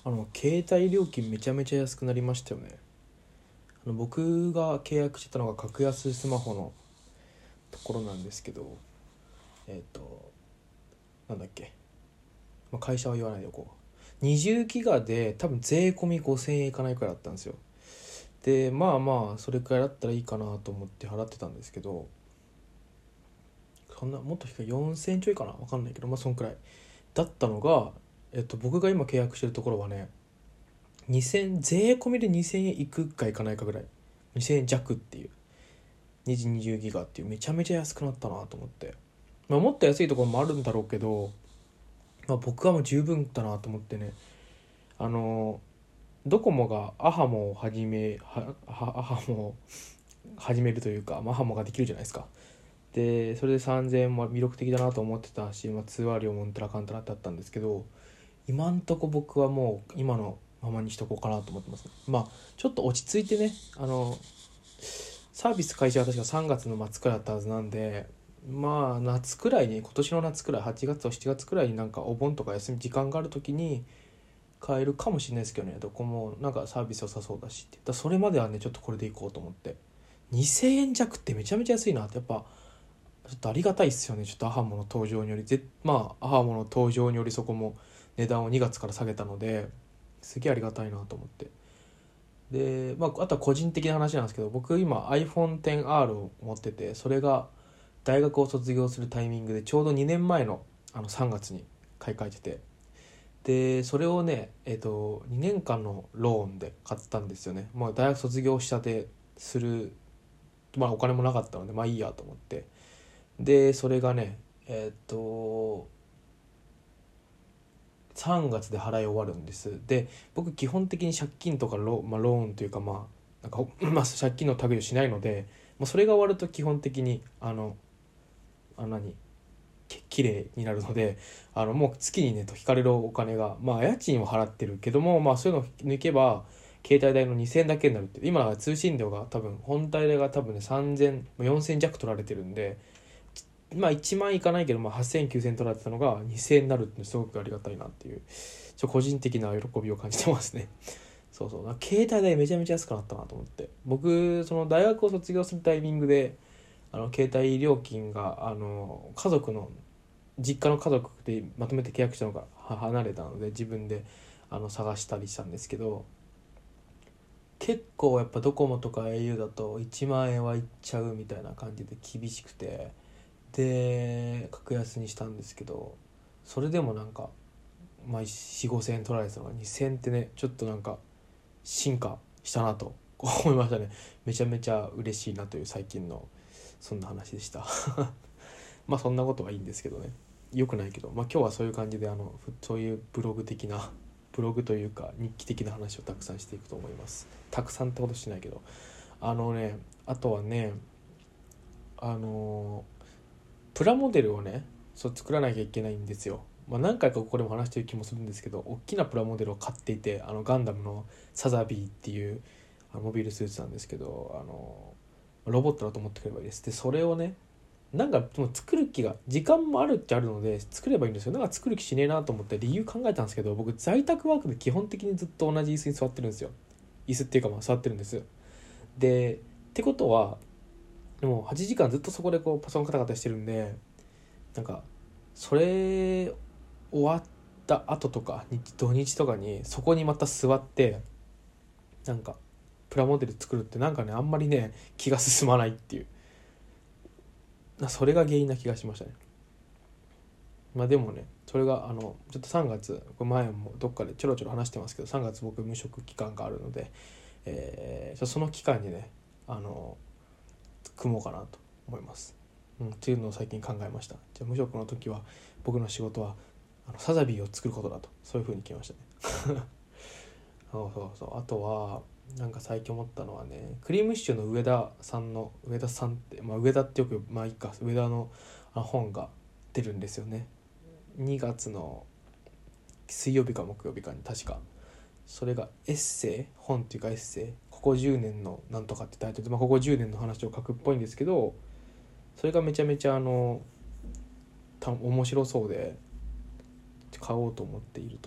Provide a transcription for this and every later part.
携帯料金めちゃめちゃ安くなりましたよね。僕が契約してたのが格安スマホのところなんですけど、なんだっけ、会社は言わないでおこう。20ギガで多分税込み5000円いかないくらいだったんですよ。でそれくらいだったらいいかなと思って払ってたんですけど、そんなもっと低い4000円ちょいかな、分かんないけど、そんくらいだったのが、僕が今契約してるところはね、2000税込みで2000円いくかいかないかぐらい、2000円弱っていう、20ギガっていうめちゃめちゃ安くなったなと思って、もっと安いところもあるんだろうけど、僕はもう十分だなと思ってね。ドコモがアハモを始めるというか、アハモができるじゃないですか。でそれで3000円も魅力的だなと思ってたし、通話料もんたらかんたらってあったんですけど、今んとこ僕はもう今のままにしとこうかなと思ってます。ちょっと落ち着いてね、サービス開始は確か3月の末くらいだったはずなんで、夏くらいに、今年の夏くらい、8月と7月くらいになんかお盆とか休み時間がある時に買えるかもしれないですけどね。どこもなんかサービス良さそうだしって。それまではねちょっとこれでいこうと思って。2000円弱ってめちゃめちゃ安いなって、やっぱちょっとありがたいっすよね。ちょっとアハモの登場によりアハモの登場によりそこも値段を2月から下げたので、すげえありがたいなと思って。であとは個人的な話なんですけど、僕今 iPhone XR を持ってて、それが大学を卒業するタイミングでちょうど2年前の3月に買い替えてて、でそれをね、2年間のローンで買ったんですよね。大学卒業したてする、お金もなかったのでいいやと思って、でそれがね3月で払い終わるんです。で僕基本的に借金とかローンというか借金の類をしないので、それが終わると基本的に綺麗になるので、もう月にね引かれるお金が、家賃を払ってるけども、そういうのを抜けば携帯代の2000円だけになるって。今は通信料が多分本体代が多分ね3000、4000弱取られてるんで、1万いかないけど、8000円9000円取られてたのが2000円になるってすごくありがたいなっていう、個人的な喜びを感じてますね。そう携帯代めちゃめちゃ安くなったなと思って。僕その大学を卒業するタイミングで携帯料金が家族の実家の家族でまとめて契約したのが離れたので、自分で探したりしたんですけど、結構やっぱドコモとか au だと1万円はいっちゃうみたいな感じで厳しくて、で格安にしたんですけど、それでもなんか、4、5千円取られてたのが2000円ってね、ちょっとなんか進化したなと思いましたね。めちゃめちゃ嬉しいなという最近のそんな話でした。そんなことはいいんですけどね、よくないけど、今日はそういう感じでそういうブログというか日記的な話をたくさんしていくと思います。たくさんってことしないけど、あとはね、プラモデルをね作らなきゃいけないんですよ。何回かここでも話してる気もするんですけど、大きなプラモデルを買っていて、ガンダムのサザビーっていうモビルスーツなんですけど、ロボットだと思ってくればいいです。でそれをね、もう作る気が、時間もあるっちゃあるので作ればいいんですよ。作る気しねえなと思って理由考えたんですけど、僕在宅ワークで基本的にずっと同じ椅子に座ってるんですよ。椅子っていうか座ってるんです。でってことはでも8時間ずっとそこでパソコンカタカタしてるんで、それ終わった後とか土日とかにそこにまた座ってプラモデル作るってあんまりね気が進まないっていう、それが原因な気がしましたね。でもね、それがちょっと3月、前もどっかでちょろちょろ話してますけど、3月僕無職期間があるので、その期間にね組もうかなと思います。っていうのを最近考えました。じゃあ無職の時は僕の仕事はサザビーを作ることだと、そういう風に決めましたね。あとは最近思ったのはね、クリームシチューの上田さんって、上田ってよくいいか、上田の本が出るんですよね。2月の水曜日か木曜日かに確か。それが本っていうかエッセイ、ここ10年のなんとかってタイトルで、ここ10年の話を書くっぽいんですけど、それがめちゃめちゃ面白そうで買おうと思っているという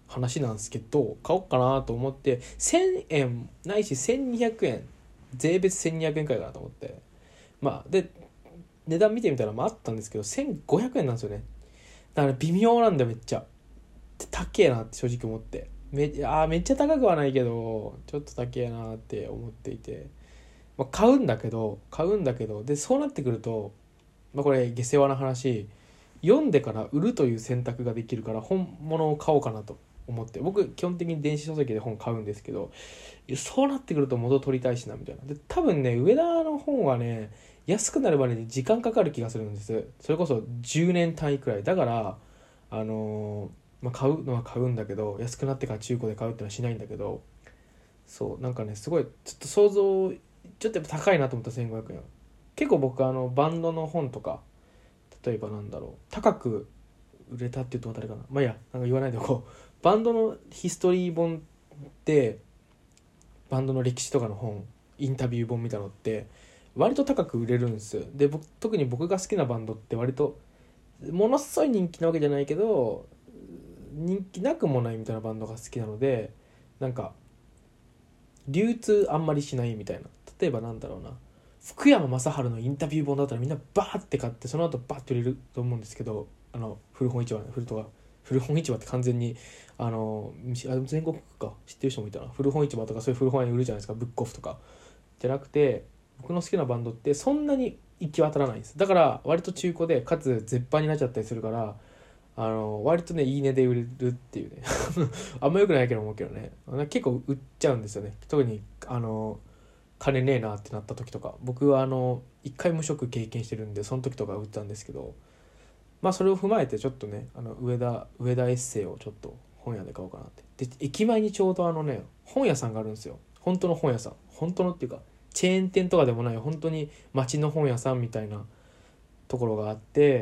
話なんですけど、買おうかなと思って1000円ないし1200円税別1200円くらいかなと思って、まあで値段見てみたらあったんですけど1500円なんですよね。だから微妙なんだよ、めっちゃ高えなって正直思って、めっちゃ高くはないけどちょっと高えなって思っていて、買うんだけどでそうなってくると、これ下世話な話、読んでから売るという選択ができるから本物を買おうかなと思って、僕基本的に電子書籍で本買うんですけど、そうなってくると元取りたいしなみたいな。で多分ね、上田の本はね安くなるまでに時間かかる気がするんです。それこそ10年単位くらいだから、買うのは買うんだけど、安くなってから中古で買うってのはしないんだけど、そうなんかね、すごいちょっと想像ちょっとやっぱ高いなと思った1500円。結構僕バンドの本とか、例えばなんだろう、高く売れたって言うと誰かな、まあいいや、なんか言わないでこう、バンドのヒストリー本ってバンドの歴史とかの本、インタビュー本みたいなのって割と高く売れるんですよ。で特に僕が好きなバンドって割とものすごい人気なわけじゃないけど人気なくもないみたいなバンドが好きなので、なんか流通あんまりしないみたいな。例えばなんだろうな、福山雅治のインタビュー本だったらみんなバーって買ってその後バーって売れると思うんですけど、古本市場、古本市場って完全に全国区か知ってる人もいたな。古本市場とかそういう古本屋に売るじゃないですか、ブックオフとかじゃなくて、僕の好きなバンドってそんなに行き渡らないんです。だから割と中古でかつ絶版になっちゃったりするから、割とねいい値で売れるっていうねあんま良くないけど思うけどね、結構売っちゃうんですよね。特に金ねえなってなった時とか、僕は一回無職経験してるんでその時とか売ったんですけど、それを踏まえてちょっとね上田エッセイをちょっと本屋で買おうかなって。で駅前にちょうど本屋さんがあるんですよ。本当の本屋さん、本当のっていうかチェーン店とかでもない本当に街の本屋さんみたいなところがあって、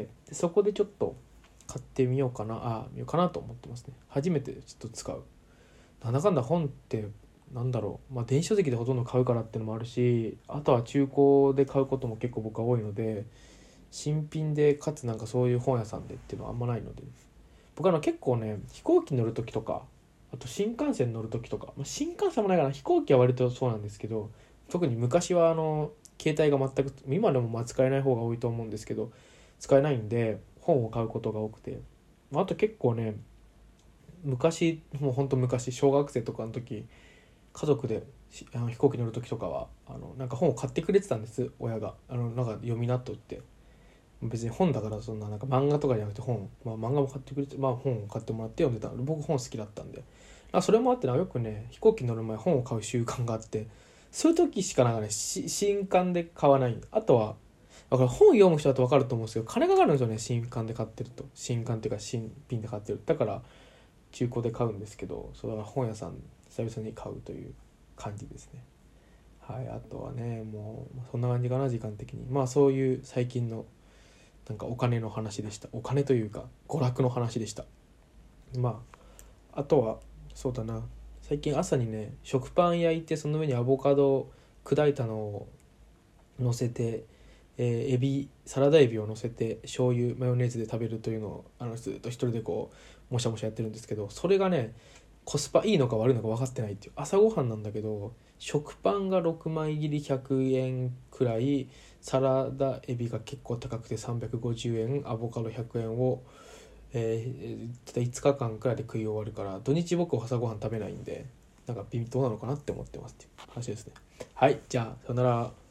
そこでちょっと買ってみようかなと思ってますね。初めてちょっと使う。なんだかんだ本ってなんだろう、電子書籍でほとんど買うからっていうのもあるし、あとは中古で買うことも結構僕は多いので、新品でかつなんかそういう本屋さんでっていうのはあんまないので、僕結構ね飛行機乗る時とか、あと新幹線乗る時とか、新幹線もないかな、飛行機は割とそうなんですけど、特に昔は携帯が全く、今でも使えない方が多いと思うんですけど、使えないんで本を買うことが多くて、あと結構ね昔、もうほんと昔小学生とかの時、家族で飛行機乗る時とかはなんか本を買ってくれてたんです、親が。なんか読みなと言って、別に本だからそんななんか漫画とかじゃなくて本、漫画も買ってくれて、本を買ってもらって読んでたので、僕本好きだったんで、それもあってよくね飛行機乗る前本を買う習慣があって、そういう時しかなんかね新刊で買わない。あとはだから本読む人だと分かると思うんですけど、金かかるんですよね、新刊で買ってると。新刊っていうか新品で買ってる、だから中古で買うんですけど、そうだから本屋さん久々に買うという感じですね。はい。あとはねもうそんな感じかな、時間的に。そういう最近のなんかお金の話でした。お金というか娯楽の話でした。あとはそうだな、最近朝にね食パン焼いてその上にアボカド砕いたのを乗せて、サラダエビを乗せて醤油マヨネーズで食べるというのをずっと一人でこうもしゃもしゃやってるんですけど、それがねコスパいいのか悪いのか分かってないっていう。朝ごはんなんだけど食パンが6枚切り100円くらい、サラダエビが結構高くて350円、アボカド100円を、5日間くらいで食い終わるから、土日僕朝ごはん食べないんで、なんかどうなのかなって思ってますっていう話ですね。はい、じゃあさよなら。